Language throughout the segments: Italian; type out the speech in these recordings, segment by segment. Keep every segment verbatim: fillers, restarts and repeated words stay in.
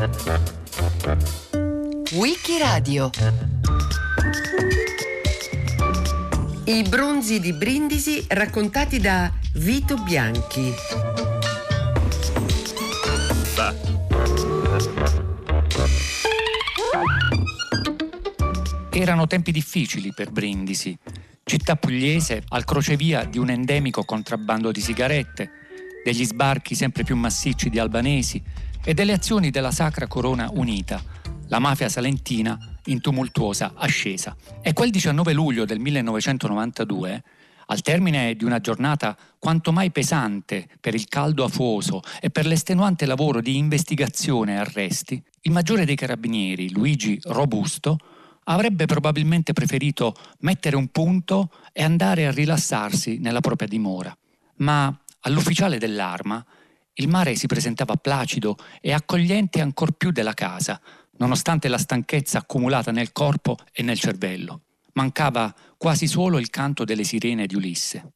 Wikiradio. I bronzi di Brindisi raccontati da Vito Bianchi. Erano tempi difficili per Brindisi, città pugliese al crocevia di un endemico contrabbando di sigarette, degli sbarchi sempre più massicci di albanesi e delle azioni della Sacra Corona Unita, la mafia salentina in tumultuosa ascesa. E quel diciannove luglio del millenovecentonovantadue, al termine di una giornata quanto mai pesante per il caldo afoso e per l'estenuante lavoro di investigazione e arresti, il maggiore dei carabinieri, Luigi Robusto, avrebbe probabilmente preferito mettere un punto e andare a rilassarsi nella propria dimora. Ma all'ufficiale dell'arma il mare si presentava placido e accogliente ancor più della casa, nonostante la stanchezza accumulata nel corpo e nel cervello. Mancava quasi solo il canto delle sirene di Ulisse.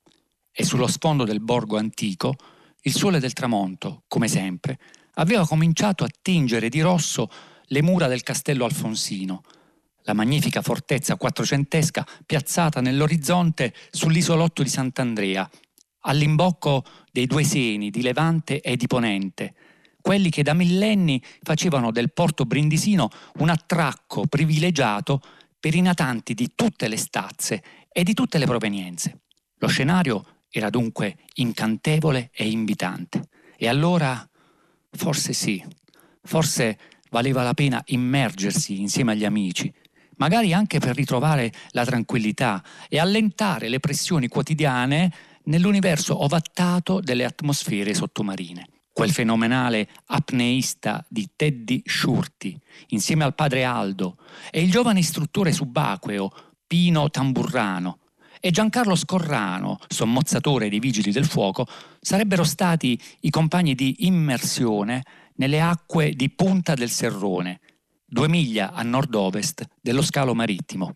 E sullo sfondo del borgo antico, il sole del tramonto, come sempre, aveva cominciato a tingere di rosso le mura del castello Alfonsino, la magnifica fortezza quattrocentesca piazzata nell'orizzonte sull'isolotto di Sant'Andrea, all'imbocco dei due seni di Levante e di Ponente, quelli che da millenni facevano del porto brindisino un attracco privilegiato per i natanti di tutte le stazze e di tutte le provenienze. Lo scenario era dunque incantevole e invitante. E allora, forse sì, forse valeva la pena immergersi insieme agli amici, magari anche per ritrovare la tranquillità e allentare le pressioni quotidiane nell'universo ovattato delle atmosfere sottomarine. Quel fenomenale apneista di Teddy Shurti, insieme al padre Aldo, e il giovane istruttore subacqueo Pino Tamburrano e Giancarlo Scorrano, sommozzatore dei Vigili del Fuoco, sarebbero stati i compagni di immersione nelle acque di Punta del Serrone, due miglia a nord-ovest dello scalo marittimo.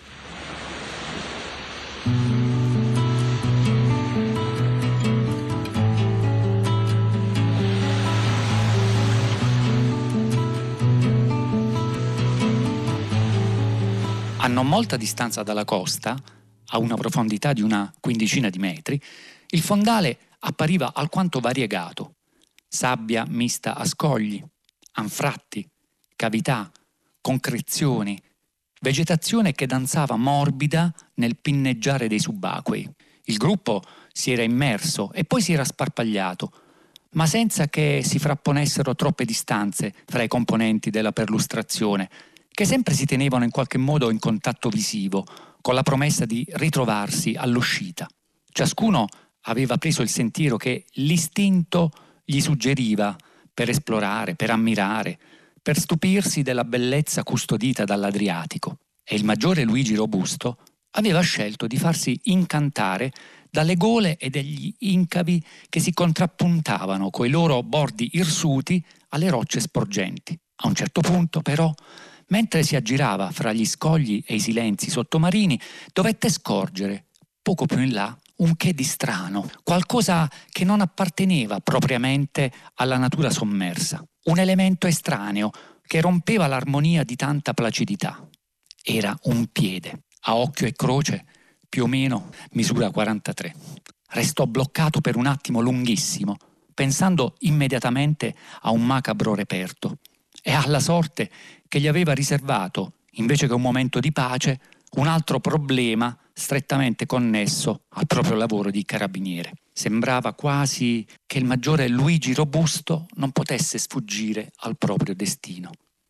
A non molta distanza dalla costa, a una profondità di una quindicina di metri, il fondale appariva alquanto variegato. Sabbia mista a scogli, anfratti, cavità, concrezioni, vegetazione che danzava morbida nel pinneggiare dei subacquei. Il gruppo si era immerso e poi si era sparpagliato, ma senza che si frapponessero troppe distanze fra i componenti della perlustrazione, che sempre si tenevano in qualche modo in contatto visivo, con la promessa di ritrovarsi all'uscita. Ciascuno aveva preso il sentiero che l'istinto gli suggeriva per esplorare, per ammirare, per stupirsi della bellezza custodita dall'Adriatico. E il maggiore Luigi Robusto aveva scelto di farsi incantare dalle gole e degli incavi che si contrappuntavano coi loro bordi irsuti alle rocce sporgenti. A un certo punto, però, mentre si aggirava fra gli scogli e i silenzi sottomarini, dovette scorgere, poco più in là, un che di strano, qualcosa che non apparteneva propriamente alla natura sommersa, un elemento estraneo che rompeva l'armonia di tanta placidità. Era un piede, a occhio e croce, più o meno misura quarantatré. Restò bloccato per un attimo lunghissimo, pensando immediatamente a un macabro reperto e alla sorte che gli aveva riservato, invece che un momento di pace, un altro problema strettamente connesso al proprio lavoro di carabiniere. Sembrava quasi che il maggiore Luigi Robusto non potesse sfuggire al proprio destino.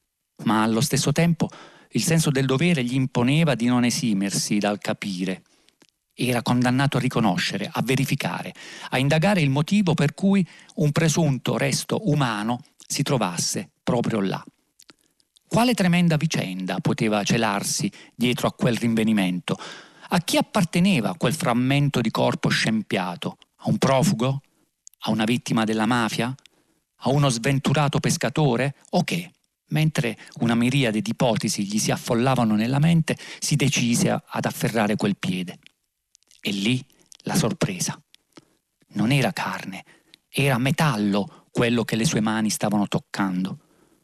Ma allo stesso tempo il senso del dovere gli imponeva di non esimersi dal capire. Era condannato a riconoscere, a verificare, a indagare il motivo per cui un presunto resto umano si trovasse proprio là. Quale tremenda vicenda poteva celarsi dietro a quel rinvenimento? A chi apparteneva quel frammento di corpo scempiato? A un profugo? A una vittima della mafia? A uno sventurato pescatore? O che? Mentre una miriade di ipotesi gli si affollavano nella mente, si decise ad afferrare quel piede. E lì la sorpresa. Non era carne, era metallo quello che le sue mani stavano toccando.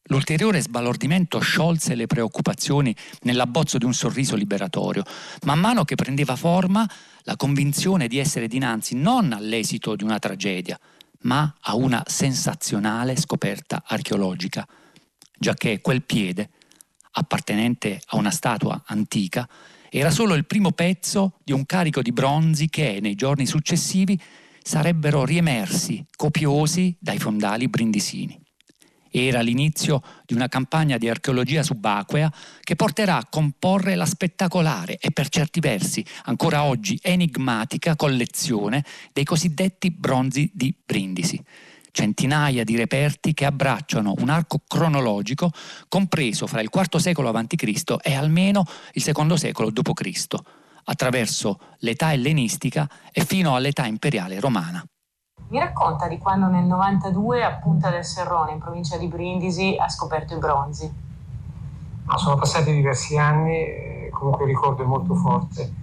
L'ulteriore sbalordimento sciolse le preoccupazioni nell'abbozzo di un sorriso liberatorio. Man mano che prendeva forma la convinzione di essere dinanzi non all'esito di una tragedia, ma a una sensazionale scoperta archeologica, giacché quel piede, appartenente a una statua antica, era solo il primo pezzo di un carico di bronzi che, nei giorni successivi, sarebbero riemersi copiosi dai fondali brindisini. Era l'inizio di una campagna di archeologia subacquea che porterà a comporre la spettacolare e per certi versi ancora oggi enigmatica collezione dei cosiddetti bronzi di Brindisi. Centinaia di reperti che abbracciano un arco cronologico compreso fra il quarto secolo avanti Cristo e almeno il secondo secolo dopo Cristo, attraverso l'età ellenistica e fino all'età imperiale romana. Mi racconta di quando nel novantadue a Punta del Serrone, in provincia di Brindisi, ha scoperto i bronzi. No, sono passati diversi anni, eh, comunque il ricordo è molto forte.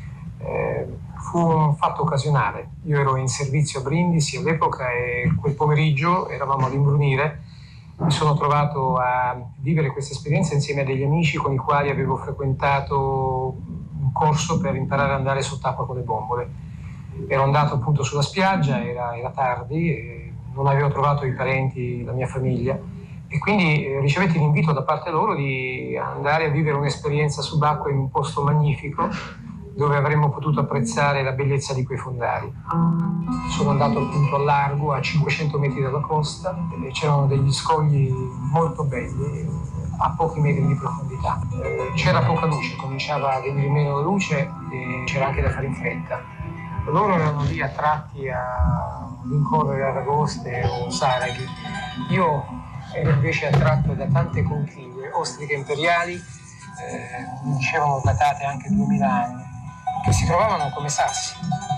Eh, fu un fatto occasionale. Io ero in servizio a Brindisi all'epoca e quel pomeriggio eravamo ad imbrunire. Mi sono trovato a vivere questa esperienza insieme a degli amici con i quali avevo frequentato un corso per imparare ad andare sott'acqua con le bombole. Ero andato appunto sulla spiaggia, era, era tardi, e non avevo trovato i parenti, la mia famiglia, e quindi eh, ricevetti l'invito da parte loro di andare a vivere un'esperienza subacquea in un posto magnifico dove avremmo potuto apprezzare la bellezza di quei fondali. Sono andato appunto al largo, a cinquecento metri dalla costa, e c'erano degli scogli molto belli, a pochi metri di profondità. Eh, c'era poca luce, cominciava a venire meno la luce e c'era anche da fare in fretta. Loro erano lì attratti a rincorrere aragoste o saraghi. Io ero invece attratto da tante conchiglie, ostriche imperiali, eh, mi dicevano datate anche duemila anni, che si trovavano come sassi.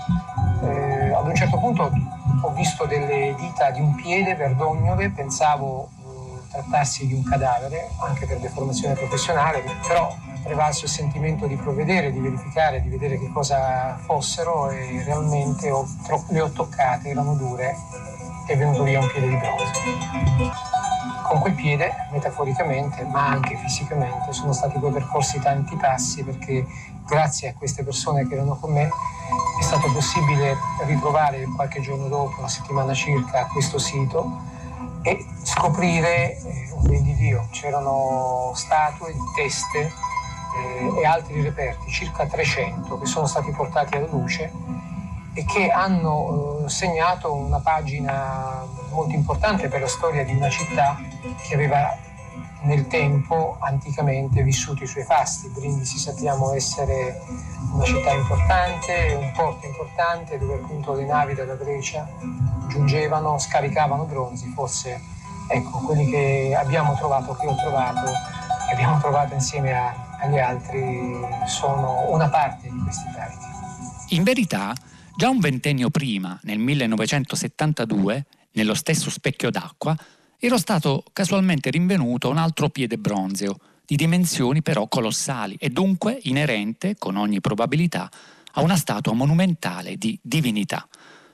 Eh, ad un certo punto ho visto delle dita di un piede verdognole, pensavo eh, trattarsi di un cadavere, anche per deformazione professionale, però prevalso il sentimento di provvedere, di verificare, di vedere che cosa fossero, e realmente ho, tro- le ho toccate, erano dure, e è venuto via un piede di bronzo. Con quel piede, metaforicamente, ma anche fisicamente, sono stati poi percorsi tanti passi, perché grazie a queste persone che erano con me è stato possibile ritrovare qualche giorno dopo, una settimana circa, questo sito e scoprire eh, un ben di Dio. C'erano statue, teste, e altri reperti, circa trecento, che sono stati portati alla luce e che hanno eh, segnato una pagina molto importante per la storia di una città che aveva nel tempo, anticamente, vissuto i suoi fasti. Brindisi sappiamo essere una città importante, un porto importante dove appunto le navi dalla Grecia giungevano, scaricavano bronzi. Forse, ecco, quelli che abbiamo trovato, che ho trovato, che abbiamo trovato insieme a agli altri, sono una parte di questi carichi. In verità, già un ventennio prima, nel millenovecentosettantadue, nello stesso specchio d'acqua, era stato casualmente rinvenuto un altro piede bronzeo, di dimensioni però colossali e dunque inerente, con ogni probabilità, a una statua monumentale di divinità.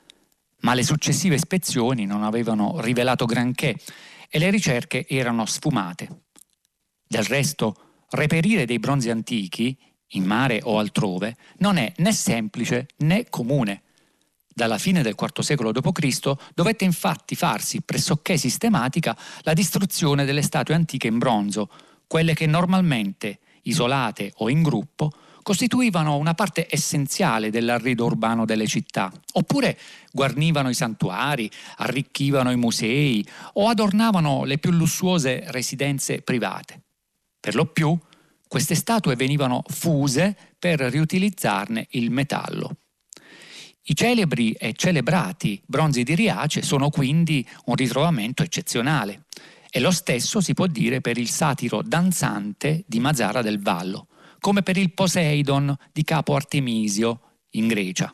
Ma le successive ispezioni non avevano rivelato granché e le ricerche erano sfumate. Del resto, reperire dei bronzi antichi, in mare o altrove, non è né semplice né comune. Dalla fine del quarto secolo dopo Cristo dovette infatti farsi pressoché sistematica la distruzione delle statue antiche in bronzo, quelle che normalmente, isolate o in gruppo, costituivano una parte essenziale dell'arredo urbano delle città, oppure guarnivano i santuari, arricchivano i musei o adornavano le più lussuose residenze private. Per lo più, queste statue venivano fuse per riutilizzarne il metallo. I celebri e celebrati bronzi di Riace sono quindi un ritrovamento eccezionale, e lo stesso si può dire per il satiro danzante di Mazara del Vallo, come per il Poseidon di Capo Artemisio in Grecia.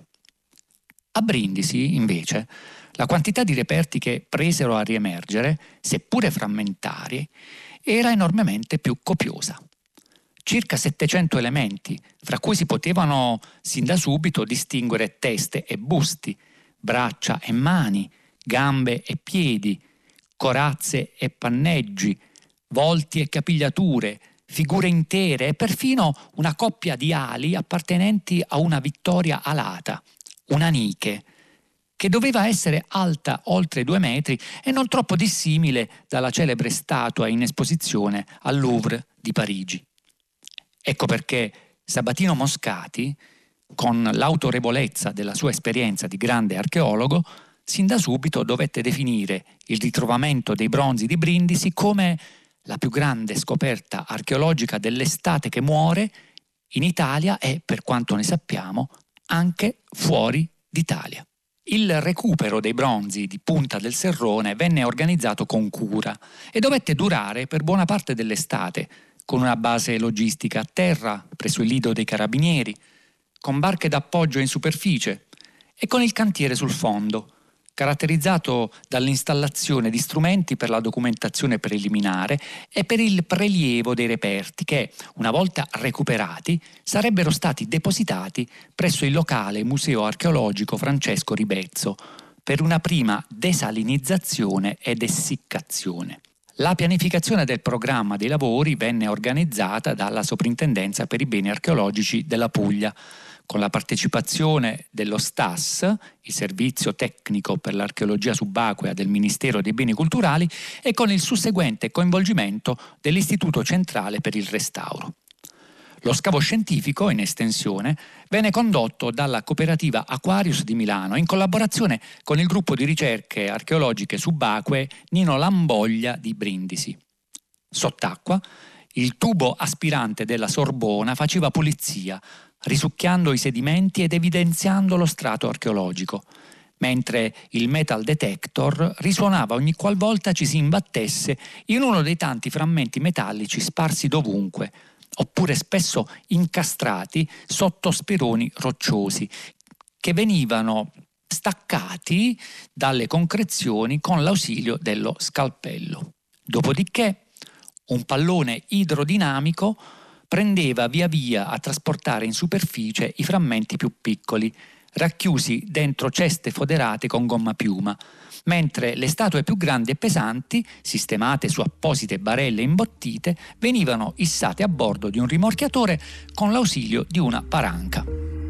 A Brindisi, invece, la quantità di reperti che presero a riemergere, seppure frammentari, era enormemente più copiosa. Circa settecento elementi, fra cui si potevano sin da subito distinguere teste e busti, braccia e mani, gambe e piedi, corazze e panneggi, volti e capigliature, figure intere e perfino una coppia di ali appartenenti a una vittoria alata, una Nike, che doveva essere alta oltre due metri e non troppo dissimile dalla celebre statua in esposizione al Louvre di Parigi. Ecco perché Sabatino Moscati, con l'autorevolezza della sua esperienza di grande archeologo, sin da subito dovette definire il ritrovamento dei bronzi di Brindisi come la più grande scoperta archeologica dell'estate che muore in Italia e, per quanto ne sappiamo, anche fuori d'Italia. Il recupero dei bronzi di Punta del Serrone venne organizzato con cura e dovette durare per buona parte dell'estate, con una base logistica a terra presso il Lido dei Carabinieri, con barche d'appoggio in superficie e con il cantiere sul fondo, caratterizzato dall'installazione di strumenti per la documentazione preliminare e per il prelievo dei reperti che, una volta recuperati, sarebbero stati depositati presso il locale Museo Archeologico Francesco Ribezzo per una prima desalinizzazione ed essiccazione. La pianificazione del programma dei lavori venne organizzata dalla Soprintendenza per i beni archeologici della Puglia, con la partecipazione dello S T A S, il Servizio Tecnico per l'Archeologia Subacquea del Ministero dei Beni Culturali, e con il susseguente coinvolgimento dell'Istituto Centrale per il Restauro. Lo scavo scientifico, in estensione, venne condotto dalla cooperativa Aquarius di Milano in collaborazione con il gruppo di ricerche archeologiche subacquee Nino Lamboglia di Brindisi. Sott'acqua, il tubo aspirante della Sorbona faceva pulizia, risucchiando i sedimenti ed evidenziando lo strato archeologico, mentre il metal detector risuonava ogni qualvolta ci si imbattesse in uno dei tanti frammenti metallici sparsi dovunque, oppure spesso incastrati sotto speroni rocciosi, che venivano staccati dalle concrezioni con l'ausilio dello scalpello. Dopodiché un pallone idrodinamico prendeva via via a trasportare in superficie i frammenti più piccoli, racchiusi dentro ceste foderate con gomma piuma, mentre le statue più grandi e pesanti, sistemate su apposite barelle imbottite, venivano issate a bordo di un rimorchiatore con l'ausilio di una paranca.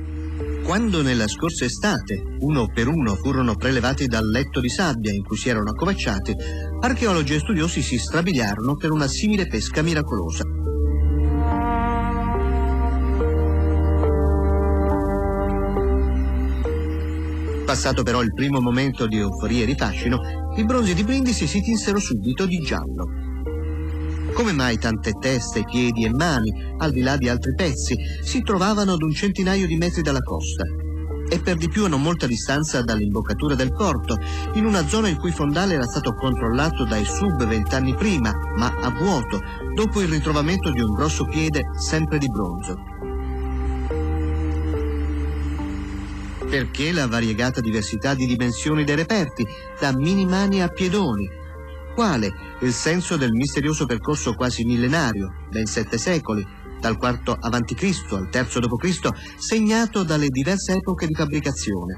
Quando nella scorsa estate, uno per uno, furono prelevati dal letto di sabbia in cui si erano accovacciati, archeologi e studiosi si strabiliarono per una simile pesca miracolosa. Passato però il primo momento di euforia e di fascino, i bronzi di Brindisi si tinsero subito di giallo. Come mai tante teste, piedi e mani, al di là di altri pezzi, si trovavano ad un centinaio di metri dalla costa? E per di più a non molta distanza dall'imboccatura del porto, in una zona il cui fondale era stato controllato dai sub vent'anni prima, ma a vuoto, dopo il ritrovamento di un grosso piede sempre di bronzo. Perché la variegata diversità di dimensioni dei reperti, da minimani a piedoni? Quale il senso del misterioso percorso quasi millenario, ben sette secoli, dal quarto avanti Cristo al terzo dopo Cristo, segnato dalle diverse epoche di fabbricazione?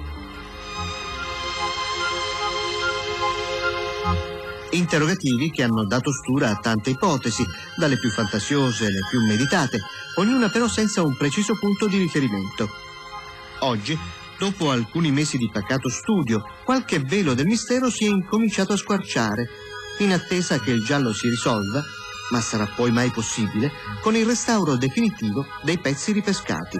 Interrogativi che hanno dato stura a tante ipotesi, dalle più fantasiose alle più meditate, ognuna però senza un preciso punto di riferimento. Oggi, dopo alcuni mesi di pacato studio, qualche velo del mistero si è incominciato a squarciare, in attesa che il giallo si risolva, ma sarà poi mai possibile, con il restauro definitivo dei pezzi ripescati.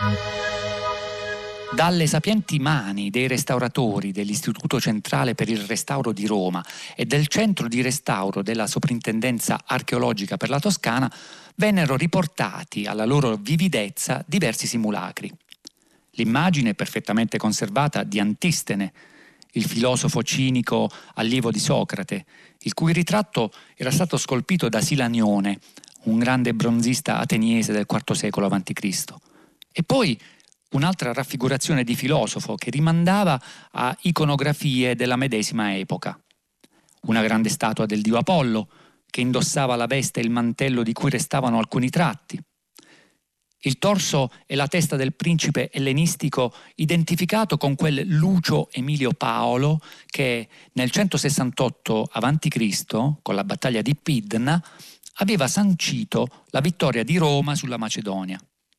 Dalle sapienti mani dei restauratori dell'Istituto Centrale per il Restauro di Roma e del Centro di Restauro della Soprintendenza Archeologica per la Toscana vennero riportati alla loro vividezza diversi simulacri. L'immagine perfettamente conservata di Antistene, il filosofo cinico allievo di Socrate, il cui ritratto era stato scolpito da Silanione, un grande bronzista ateniese del quarto secolo avanti Cristo. E poi un'altra raffigurazione di filosofo che rimandava a iconografie della medesima epoca. Una grande statua del dio Apollo, che indossava la veste e il mantello di cui restavano alcuni tratti. Il torso e la testa del principe ellenistico identificato con quel Lucio Emilio Paolo che nel centosessantotto avanti Cristo, con la battaglia di Pidna, aveva sancito la vittoria di Roma sulla Macedonia.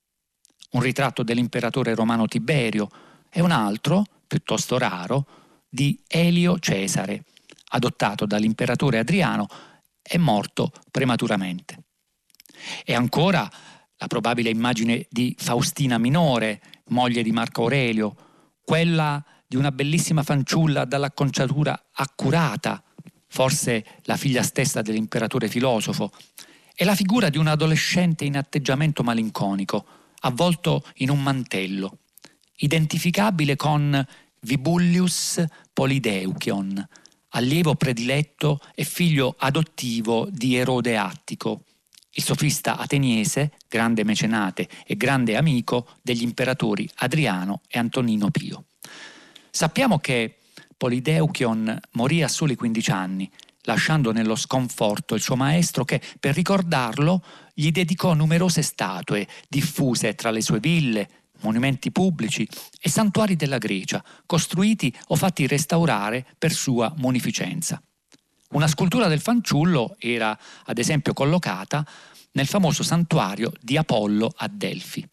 Un ritratto dell'imperatore romano Tiberio e un altro, piuttosto raro, di Elio Cesare, adottato dall'imperatore Adriano e morto prematuramente. E ancora la probabile immagine di Faustina Minore, moglie di Marco Aurelio, quella di una bellissima fanciulla dall'acconciatura accurata, forse la figlia stessa dell'imperatore filosofo, e la figura di un adolescente in atteggiamento malinconico, avvolto in un mantello, identificabile con Vibullius Polideuchion, allievo prediletto e figlio adottivo di Erode Attico, il sofista ateniese, grande mecenate e grande amico degli imperatori Adriano e Antonino Pio. Sappiamo che Polideuchion morì a soli quindici anni, lasciando nello sconforto il suo maestro che, per ricordarlo, gli dedicò numerose statue diffuse tra le sue ville, monumenti pubblici e santuari della Grecia, costruiti o fatti restaurare per sua munificenza. Una scultura del fanciullo era, ad esempio, collocata nel famoso santuario di Apollo a Delfi.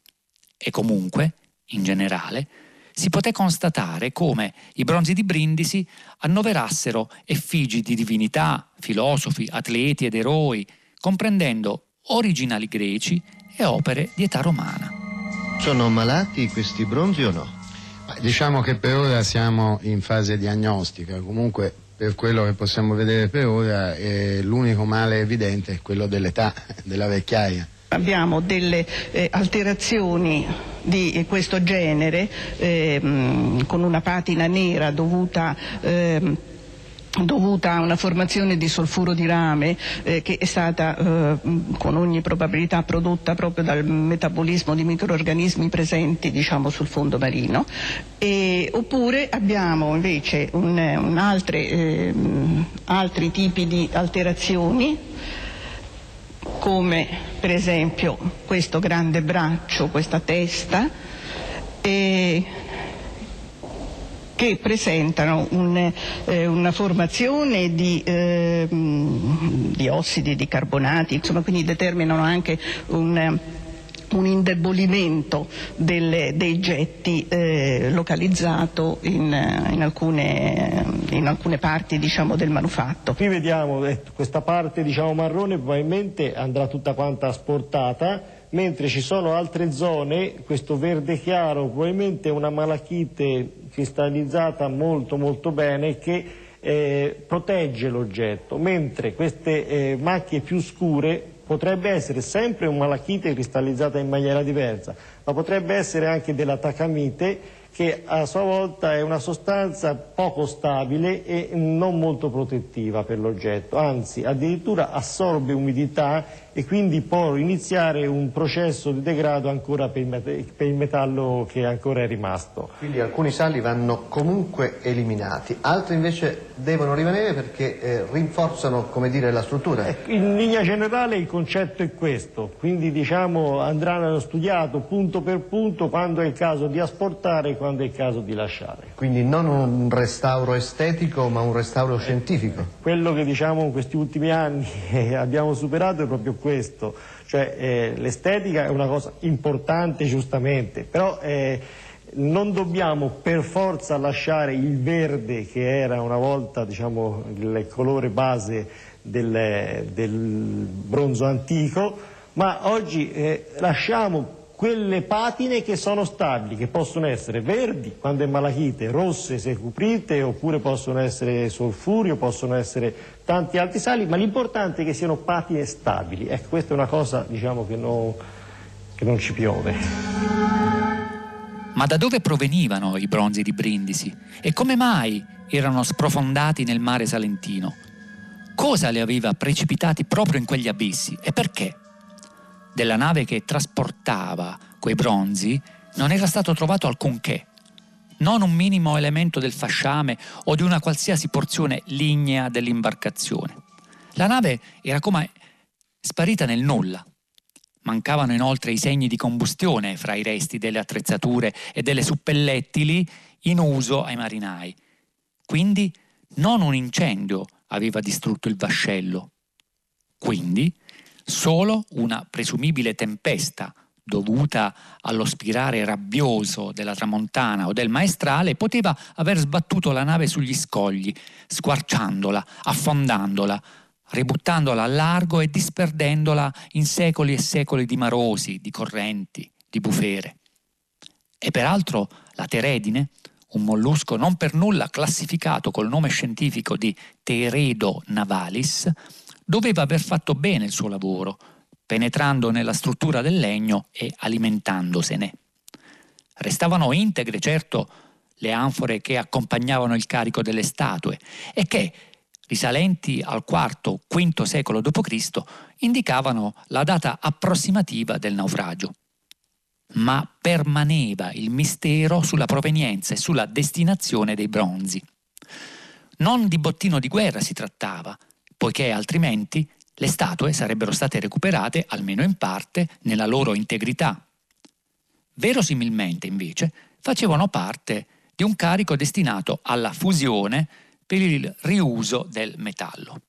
E comunque, in generale, si poté constatare come i bronzi di Brindisi annoverassero effigi di divinità, filosofi, atleti ed eroi, comprendendo originali greci e opere di età romana. Sono malati questi bronzi o no? Diciamo che per ora siamo in fase diagnostica, comunque per quello che possiamo vedere per ora eh, l'unico male evidente è quello dell'età, della vecchiaia. Abbiamo delle eh, alterazioni di questo genere eh, con una patina nera dovuta eh, dovuta a una formazione di solfuro di rame eh, che è stata eh, con ogni probabilità prodotta proprio dal metabolismo di microrganismi presenti, diciamo, sul fondo marino. E, oppure abbiamo invece un, un altre, eh, altri tipi di alterazioni, come per esempio questo grande braccio, questa testa, e che presentano un, eh, una formazione di, eh, di ossidi, di carbonati, insomma, quindi determinano anche un, un indebolimento delle, dei getti eh, localizzato in, in, alcune, in alcune parti, diciamo, del manufatto. Qui vediamo eh, questa parte, diciamo, marrone probabilmente andrà tutta quanta asportata, mentre ci sono altre zone, questo verde chiaro probabilmente è una malachite cristallizzata molto molto bene che eh, protegge l'oggetto, mentre queste eh, macchie più scure potrebbe essere sempre un malachite cristallizzata in maniera diversa, ma potrebbe essere anche della tacamite, che a sua volta è una sostanza poco stabile e non molto protettiva per l'oggetto, anzi addirittura assorbe umidità e quindi può iniziare un processo di degrado ancora per il, per il metallo che ancora è rimasto. Quindi alcuni sali vanno comunque eliminati, altri invece devono rimanere perché eh, rinforzano, come dire, la struttura. In linea generale il concetto è questo, quindi diciamo andranno studiato punto per punto quando è il caso di asportare e quando è il caso di lasciare. Quindi non un restauro estetico ma un restauro scientifico. Quello che diciamo in questi ultimi anni abbiamo superato è proprio questo, cioè eh, l'estetica è una cosa importante giustamente, però eh, non dobbiamo per forza lasciare il verde che era una volta, diciamo, il colore base del, del bronzo antico, ma oggi eh, lasciamo quelle patine che sono stabili, che possono essere verdi quando è malachite, rosse se cuprite, oppure possono essere solfurio, possono essere tanti altri sali, ma l'importante è che siano patine stabili. Ecco, questa è una cosa, diciamo, che non, che non ci piove. Ma da dove provenivano i bronzi di Brindisi? E come mai erano sprofondati nel mare salentino? Cosa li aveva precipitati proprio in quegli abissi e perché? Della nave che trasportava quei bronzi non era stato trovato alcunché, non un minimo elemento del fasciame o di una qualsiasi porzione lignea dell'imbarcazione. La nave era come sparita nel nulla, Mancavano inoltre i segni di combustione fra i resti delle attrezzature e delle suppellettili in uso ai marinai. Quindi non un incendio aveva distrutto il vascello. Quindi solo una presumibile tempesta dovuta allo spirare rabbioso della tramontana o del maestrale poteva aver sbattuto la nave sugli scogli, squarciandola, affondandola, ributtandola al largo e disperdendola in secoli e secoli di marosi, di correnti, di bufere. E peraltro la teredine, un mollusco non per nulla classificato col nome scientifico di Teredo navalis, doveva aver fatto bene il suo lavoro, penetrando nella struttura del legno e alimentandosene. Restavano integre, certo, le anfore che accompagnavano il carico delle statue e che, risalenti al quarto quinto secolo dopo Cristo, indicavano la data approssimativa del naufragio. Ma permaneva il mistero sulla provenienza e sulla destinazione dei bronzi. Non di bottino di guerra si trattava, poiché altrimenti le statue sarebbero state recuperate, almeno in parte, nella loro integrità. Verosimilmente, invece, facevano parte di un carico destinato alla fusione per il riuso del metallo.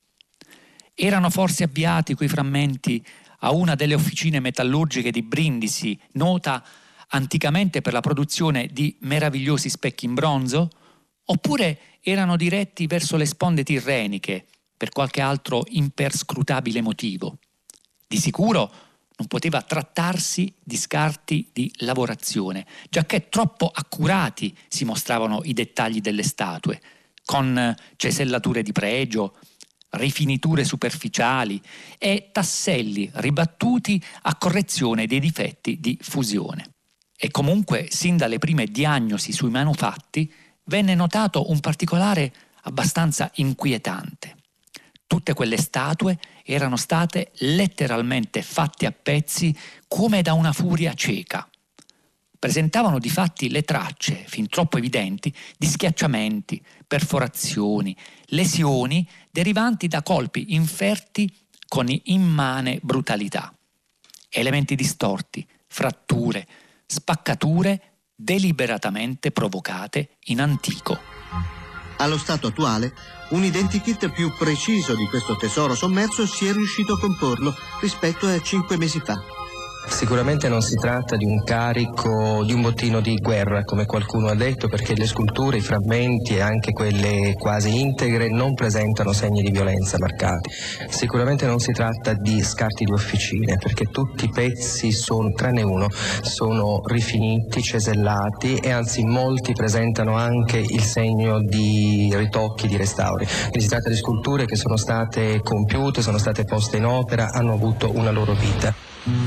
Erano forse avviati quei frammenti a una delle officine metallurgiche di Brindisi, nota anticamente per la produzione di meravigliosi specchi in bronzo? Oppure erano diretti verso le sponde tirreniche, per qualche altro imperscrutabile motivo? Di sicuro non poteva trattarsi di scarti di lavorazione, giacché troppo accurati si mostravano i dettagli delle statue, con cesellature di pregio, rifiniture superficiali e tasselli ribattuti a correzione dei difetti di fusione. E comunque, sin dalle prime diagnosi sui manufatti, venne notato un particolare abbastanza inquietante. Tutte quelle statue erano state letteralmente fatte a pezzi come da una furia cieca. Presentavano difatti le tracce, fin troppo evidenti, di schiacciamenti, perforazioni, lesioni derivanti da colpi inferti con immane brutalità. Elementi distorti, fratture, spaccature deliberatamente provocate in antico. Allo stato attuale, un identikit più preciso di questo tesoro sommerso si è riuscito a comporlo rispetto a cinque mesi fa. Sicuramente non si tratta di un carico, di un bottino di guerra, come qualcuno ha detto, perché le sculture, i frammenti e anche quelle quasi integre non presentano segni di violenza marcati. Sicuramente non si tratta di scarti di officine, perché tutti i pezzi, sono, tranne uno, sono rifiniti, cesellati e anzi molti presentano anche il segno di ritocchi, di restauri. Quindi si tratta di sculture che sono state compiute, sono state poste in opera, hanno avuto una loro vita.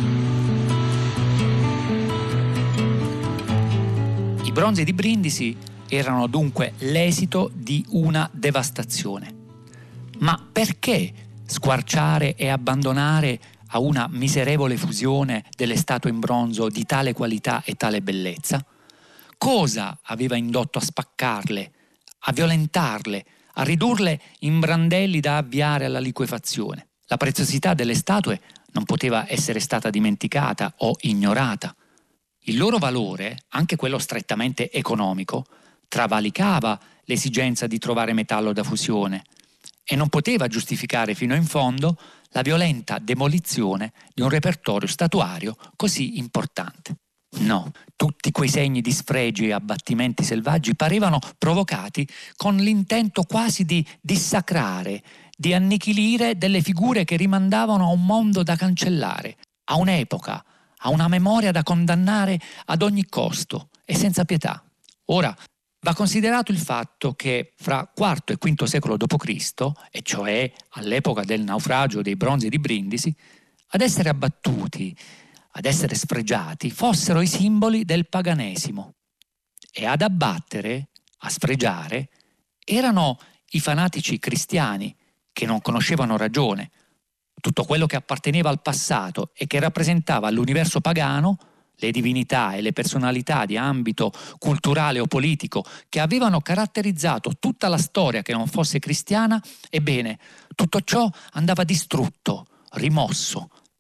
I bronzi di Brindisi erano dunque l'esito di una devastazione. Ma perché squarciare e abbandonare a una miserevole fusione delle statue in bronzo di tale qualità e tale bellezza? Cosa aveva indotto a spaccarle, a violentarle, a ridurle in brandelli da avviare alla liquefazione? La preziosità delle statue non poteva essere stata dimenticata o ignorata. Il loro valore, anche quello strettamente economico, travalicava l'esigenza di trovare metallo da fusione e non poteva giustificare fino in fondo la violenta demolizione di un repertorio statuario così importante. No, tutti quei segni di sfregi e abbattimenti selvaggi parevano provocati con l'intento quasi di dissacrare, di annichilire delle figure che rimandavano a un mondo da cancellare, a un'epoca, a una memoria da condannare ad ogni costo e senza pietà. Ora, va considerato il fatto che fra quarto e quinto secolo dopo Cristo, e cioè all'epoca del naufragio dei bronzi di Brindisi, ad essere abbattuti, ad essere sfregiati, fossero i simboli del paganesimo. E ad abbattere, a sfregiare, erano i fanatici cristiani, che non conoscevano ragione. Tutto quello che apparteneva al passato e che rappresentava l'universo pagano, le divinità e le personalità di ambito culturale o politico che avevano caratterizzato tutta la storia che non fosse cristiana, ebbene, tutto ciò andava distrutto, rimosso,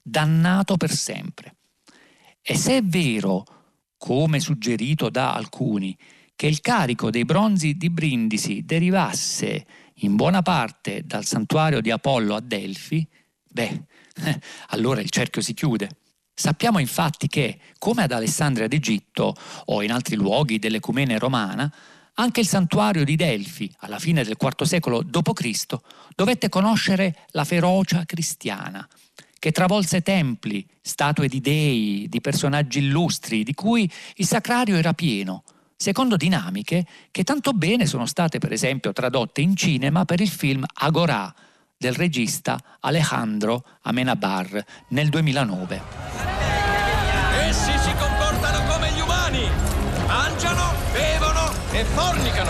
dannato per sempre. E se è vero, come suggerito da alcuni, che il carico dei bronzi di Brindisi derivasse in buona parte dal santuario di Apollo a Delfi, beh, eh, allora il cerchio si chiude. Sappiamo infatti che, come ad Alessandria d'Egitto o in altri luoghi dell'Ecumene romana, anche il santuario di Delfi, alla fine del quarto secolo dopo Cristo, dovette conoscere la ferocia cristiana, che travolse templi, statue di dei, di personaggi illustri, di cui il sacrario era pieno, secondo dinamiche che tanto bene sono state per esempio tradotte in cinema per il film Agorà del regista Alejandro Amenabar nel duemilanove. Essi si comportano come gli umani, mangiano, bevono e fornicano.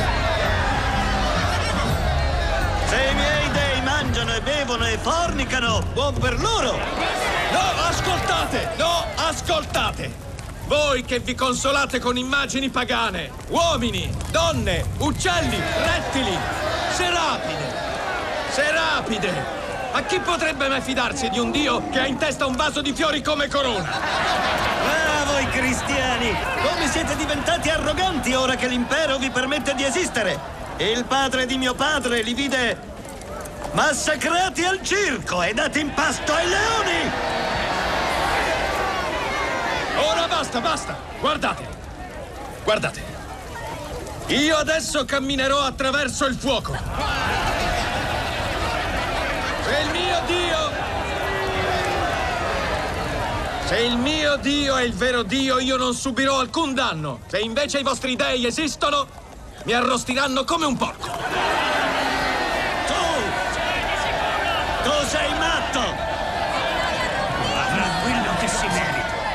Se i miei dei mangiano e bevono e fornicano, buon per loro! No, ascoltate! No, ascoltate! Voi che vi consolate con immagini pagane, uomini, donne, uccelli, rettili, serapide, serapide. Ma chi potrebbe mai fidarsi di un Dio che ha in testa un vaso di fiori come corona? Ah, voi cristiani! Come siete diventati arroganti ora che l'impero vi permette di esistere? Il padre di mio padre li vide massacrati al circo e dati in pasto ai leoni! Ora basta, basta! Guardate! Guardate! Io adesso camminerò attraverso il fuoco! Se il mio Dio... Se il mio Dio è il vero Dio, io non subirò alcun danno. Se invece i vostri dei esistono, mi arrostiranno come un porco. Tu! Tu sei matto! Avrà quello che si merita.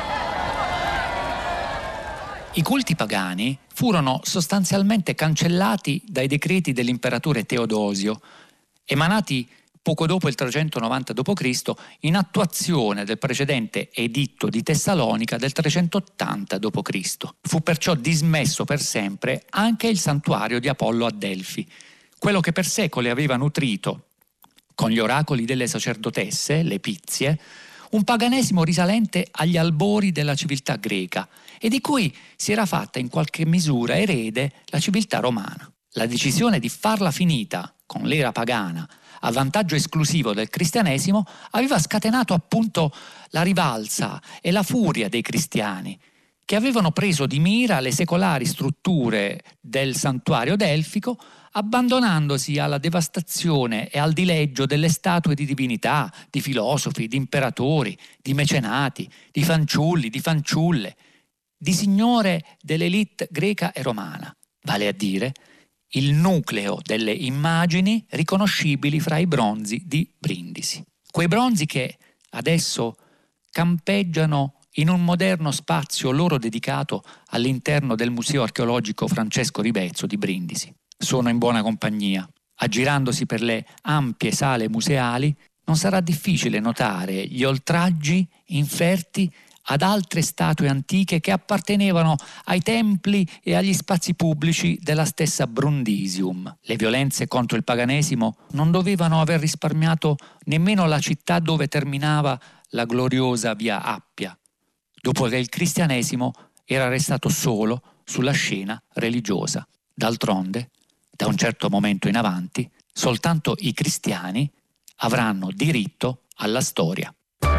I culti pagani furono sostanzialmente cancellati dai decreti dell'imperatore Teodosio, emanati poco dopo il trecentonovanta dopo Cristo in attuazione del precedente editto di Tessalonica del trecentottanta dopo Cristo. Fu perciò dismesso per sempre anche il santuario di Apollo a Delfi, quello che per secoli aveva nutrito, con gli oracoli delle sacerdotesse, le Pizie, un paganesimo risalente agli albori della civiltà greca e di cui si era fatta in qualche misura erede la civiltà romana. La decisione di farla finita con l'era pagana a vantaggio esclusivo del cristianesimo aveva scatenato appunto la rivalsa e la furia dei cristiani, che avevano preso di mira le secolari strutture del santuario delfico, abbandonandosi alla devastazione e al dileggio delle statue di divinità, di filosofi, di imperatori, di mecenati, di fanciulli, di fanciulle, di signore dell'elite greca e romana, vale a dire il nucleo delle immagini riconoscibili fra i bronzi di Brindisi. Quei bronzi che adesso campeggiano in un moderno spazio loro dedicato all'interno del Museo archeologico Francesco Rivezzo di Brindisi. Sono in buona compagnia. Aggirandosi per le ampie sale museali, non sarà difficile notare gli oltraggi inferti ad altre statue antiche che appartenevano ai templi e agli spazi pubblici della stessa Brundisium. Le violenze contro il paganesimo non dovevano aver risparmiato nemmeno la città dove terminava la gloriosa via Appia, dopo che il cristianesimo era restato solo sulla scena religiosa. D'altronde, da un certo momento in avanti, soltanto i cristiani avranno diritto alla storia.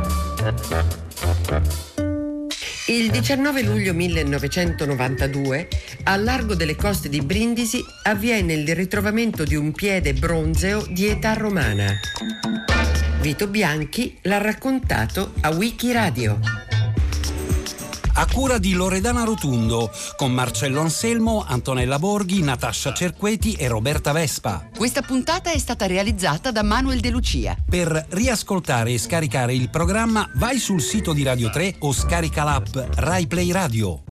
Il diciannove luglio millenovecentonovantadue, al largo delle coste di Brindisi, avviene il ritrovamento di un piede bronzeo di età romana. Vito Bianchi l'ha raccontato a Wikiradio. A cura di Loredana Rotundo, con Marcello Anselmo, Antonella Borghi, Natascia Cerqueti e Roberta Vespa. Questa puntata è stata realizzata da Manuel De Lucia. Per riascoltare e scaricare il programma, vai sul sito di Radio tre o scarica l'app Rai Play Radio.